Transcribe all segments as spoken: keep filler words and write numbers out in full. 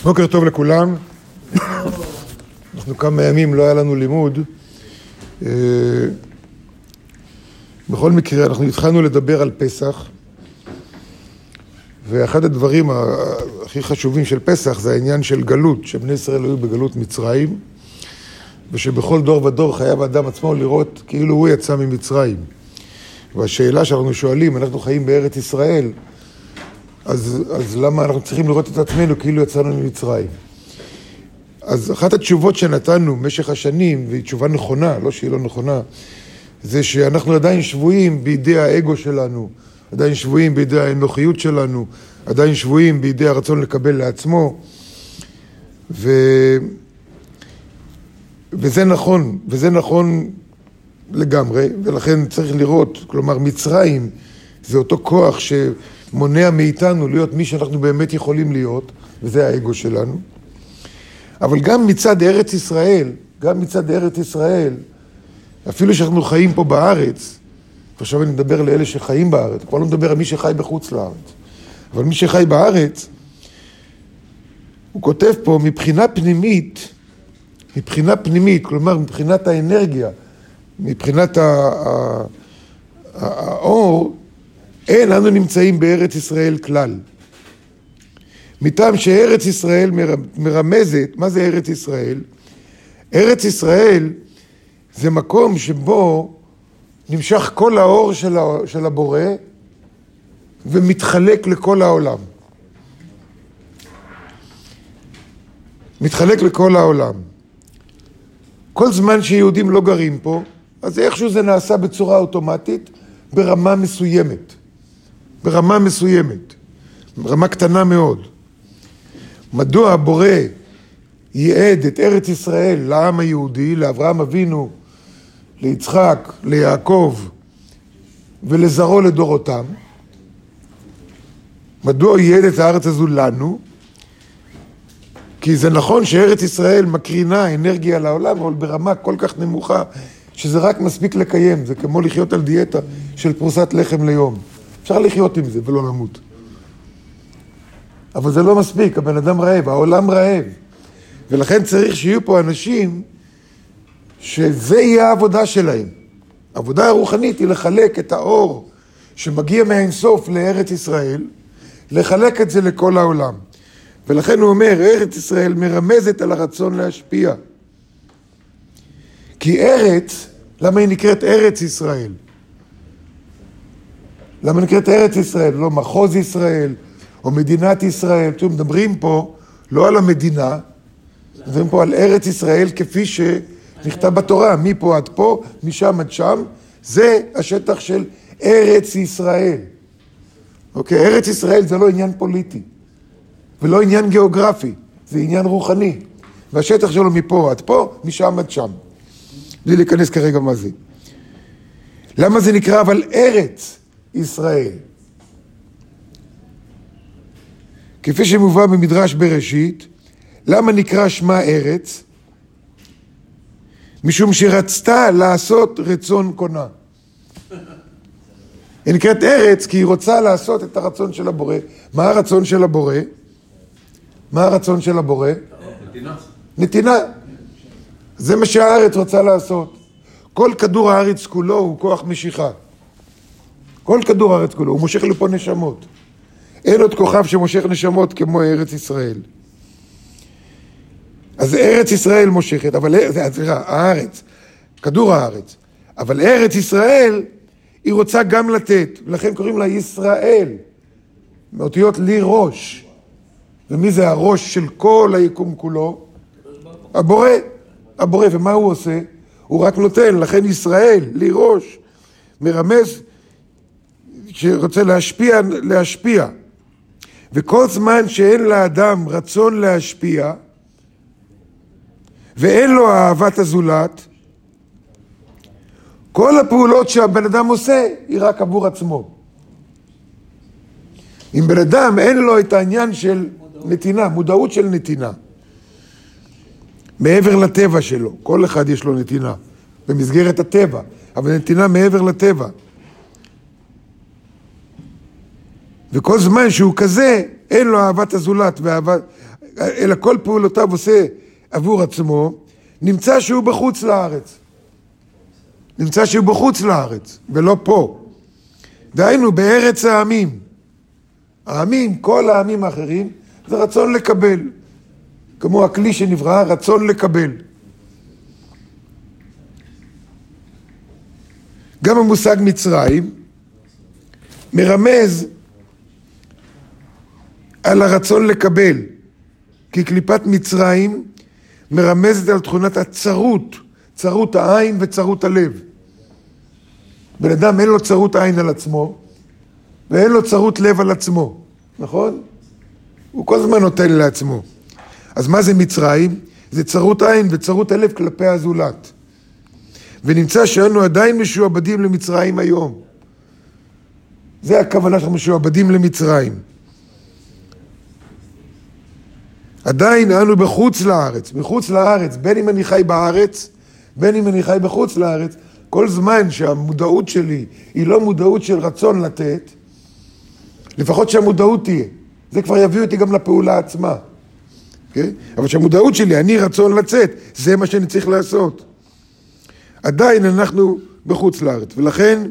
בוקר טוב לכולם. אנחנו כמה ימים לא היה לנו לימוד. בכל מקרה, אנחנו התחלנו לדבר על פסח, ואחד הדברים הכי חשובים של פסח זה העניין של גלות, שבני ישראל היו בגלות מצרים, ושבכל דור ודור חייב האדם עצמו לראות כאילו הוא יצא ממצרים. והשאלה שאנחנו שואלים, אנחנו חיים בארץ ישראל, אז, אז למה אנחנו צריכים לראות את עצמנו כאילו יצאנו ממצרים? אז אחת התשובות שנתנו במשך השנים, והיא תשובה נכונה, לא שהיא לא נכונה, זה שאנחנו עדיין שבויים בידי האגו שלנו, עדיין שבויים בידי האנוכיות שלנו, עדיין שבויים בידי הרצון לקבל לעצמו, ו... וזה נכון, וזה נכון לגמרי, ולכן צריך לראות, כלומר מצרים זה אותו כוח שמונע מאיתנו להיות מי שאנחנו באמת יכולים להיות, וזה האגו שלנו. אבל גם מצד ארץ ישראל, גם מצד ארץ ישראל, אפילו שאנחנו חיים פה בארץ, ועכשיו אני מדבר לאלה שחיים בארץ, כבר לא מדבר על מי שחי בחוץ לארץ, אבל מי שחי בארץ, הוא כותב פה מבחינה פנימית, מבחינה פנימית, כלומר מבחינת האנרגיה, מבחינת האור, אין אנו נמצאים בארץ ישראל כלל. מטעם שארץ ישראל מרמזת, מה זה ארץ ישראל? ארץ ישראל זה מקום שבו נמשך כל האור של הבורא ומתחלק לכל העולם. מתחלק לכל העולם. כל זמן שיהודים לא גרים פה, אז איכשהו זה נעשה בצורה אוטומטית, ברמה מסוימת. ברמה מסוימת. ברמה קטנה מאוד. מדוע הבורא ייעד את ארץ ישראל לעם היהודי, לאברהם אבינו, ליצחק, ליעקב ולזרעו לדורותם? מדוע ייעד את הארץ הזו לנו? כי זה נכון שארץ ישראל מקרינה אנרגיה לעולם, אבל ברמה כל כך נמוכה, שזה רק מספיק לקיים. זה כמו לחיות על דיאטה של פרוסת לחם ליום. אפשר לחיות עם זה ולא למות. אבל זה לא מספיק, הבן אדם רעב, העולם רעב. ולכן צריך שיהיו פה אנשים שזה יהיה העבודה שלהם. העבודה הרוחנית היא לחלק את האור שמגיע מהאינסוף לארץ ישראל, לחלק את זה לכל העולם. ולכן הוא אומר, ארץ ישראל מרמזת על הרצון להשפיע. כי ארץ, למה היא נקראת ארץ ישראל? למה היא נקראת ארץ ישראל? לא מחוז ישראל, או מדינת ישראל. אתם מדברים פה לא על המדינה, מדברים פה על ארץ ישראל כפי שנכתב בתורה, מפה עד פה, משם עד שם, זה השטח של ארץ ישראל. אוקיי, ארץ ישראל זה לא עניין פוליטי. ולא עניין גיאוגרפי, זה עניין רוחני. והשטח שלו מפה עד פה, משם עד שם. בלי להיכנס כרגע מה זה. למה זה נקרא אבל ארץ ישראל? כפי שמובא במדרש בראשית, למה נקרא שמה ארץ? משום שרצתה לעשות רצון קונה. היא נקראת ארץ כי היא רוצה לעשות את הרצון של הבורא. מה הרצון של הבורא? מה הרצון של הבורא? נתינה. נתינה. זה מה שהארץ רוצה לעשות. כל כדור הארץ כולו הוא כוח משיכה. כל כדור הארץ כולו, הוא מושך לפה נשמות. אין עוד כוכב שמושך נשמות כמו ארץ ישראל. אז ארץ ישראל מושכת, אבל סליחה, הארץ, כדור הארץ. אבל ארץ ישראל היא רוצה גם לתת, ולכן קוראים לה ישראל. מאותיות לי ראש. ומי זה הראש של כל היקום כולו? הבורא. הבורא, ומה הוא עושה? הוא רק נותן, לכן ישראל, לי ראש, מרמז שרוצה להשפיע, להשפיע. וכל זמן שאין לאדם רצון להשפיע, ואין לו אהבת הזולת, כל הפעולות שהבן אדם עושה היא רק עבור עצמו. אם בן אדם אין לו את העניין של נתינה, מודעות של נתינה, מעבר לטבע שלו, כל אחד יש לו נתינה, במסגרת הטבע, אבל נתינה מעבר לטבע. וכל זמן שהוא כזה, אין לו אהבת הזולת, ואהבת, אלא כל פעולותיו עושה עבור עצמו, נמצא שהוא בחוץ לארץ. נמצא שהוא בחוץ לארץ, ולא פה. דהיינו, בארץ העמים. העמים, כל העמים האחרים, זה רצון לקבל. כמו הכלי שנברא, רצון לקבל. גם המושג מצרים מרמז על הרצון לקבל, כי קליפת מצרים מרמזת על תכונת הצרות, צרות העין וצרות הלב. בן אדם אין לו צרות עין על עצמו, ואין לו צרות לב על עצמו, נכון? הוא כל הזמן נותן לעצמו. אז מה זה מצרים? זה צרות עין וצרות הלב כלפי הזולת. ונמצא שאנו עדיין משועבדים למצרים היום. זה הכוונה שאנחנו משועבדים למצרים. עדיין אנו בחוץ לארץ, מחוץ לארץ, בין אם אני חי בארץ, בין אם אני חי בחוץ לארץ, כל זמן שהמודעות שלי היא לא מודעות של רצון לתת, לפחות שהמודעות תהיה. זה כבר יביא אותי גם לפעולה עצמה. Okay? אבל שהמודעות שלי, אני רצון לצאת, זה מה שאני צריך לעשות. עדיין אנחנו בחוץ לארץ, ולכן,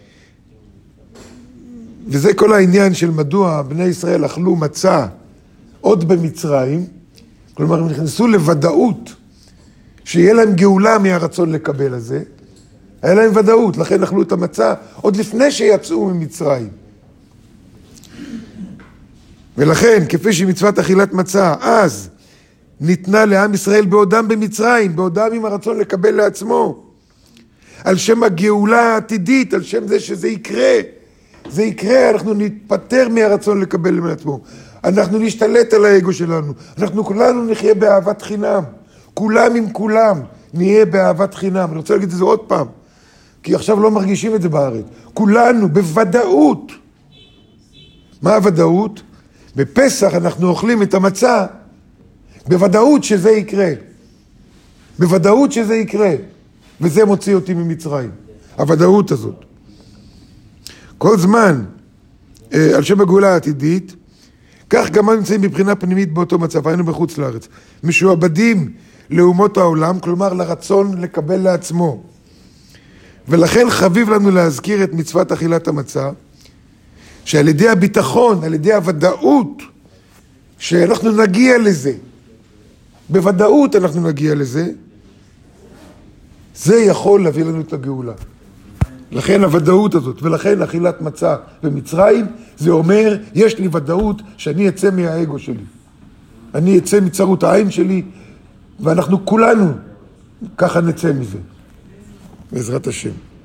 וזה כל העניין של מדוע בני ישראל אכלו מצה עוד במצרים, כלומר הם נכנסו לוודאות שיהיה להם גאולה מהרצון לקבל הזה, היה להם ודאות, לכן אכלו את המצה עוד לפני שיצאו ממצרים. ולכן, כפי שמצוות אכילת מצה, אז ניתנה לעם ישראל בעודם במצרים, בעודם עם הרצון לקבל לעצמו, על שם הגאולה העתידית, על שם זה שזה יקרה. זה יקרה, אנחנו נתפטר מהרצון לקבל לעצמו. אנחנו נשתלט על האגו שלנו. אנחנו כולנו נחיה באהבת חינם. כולם עם כולם נהיה באהבת חינם. אני רוצה להגיד את זה עוד פעם, כי עכשיו לא מרגישים את זה בארץ. כולנו, בוודאות. מה הוודאות? בפסח אנחנו אוכלים את המצה, בוודאות שזה יקרה. בוודאות שזה יקרה. וזה מוציא אותי ממצרים. הוודאות הזאת. כל זמן, על שם הגאולה העתידית, כך גם נמצאים מבחינה פנימית באותו מצב, היינו בחוץ לארץ. משועבדים לאומות העולם, כלומר לרצון לקבל לעצמו. ולכן חביב לנו להזכיר את מצוות אכילת המצה, שעל ידי הביטחון, על ידי הוודאות, שאנחנו נגיע לזה. בוודאות אנחנו נגיע לזה, זה יכול להביא לנו את הגאולה. לכן הוודאות הזאת, ולכן אכילת מצה במצרים, זה אומר, יש לי ודאות שאני אצא מהאגו שלי. אני אצא מצרות העין שלי, ואנחנו כולנו ככה נצא מזה. בעזרת השם.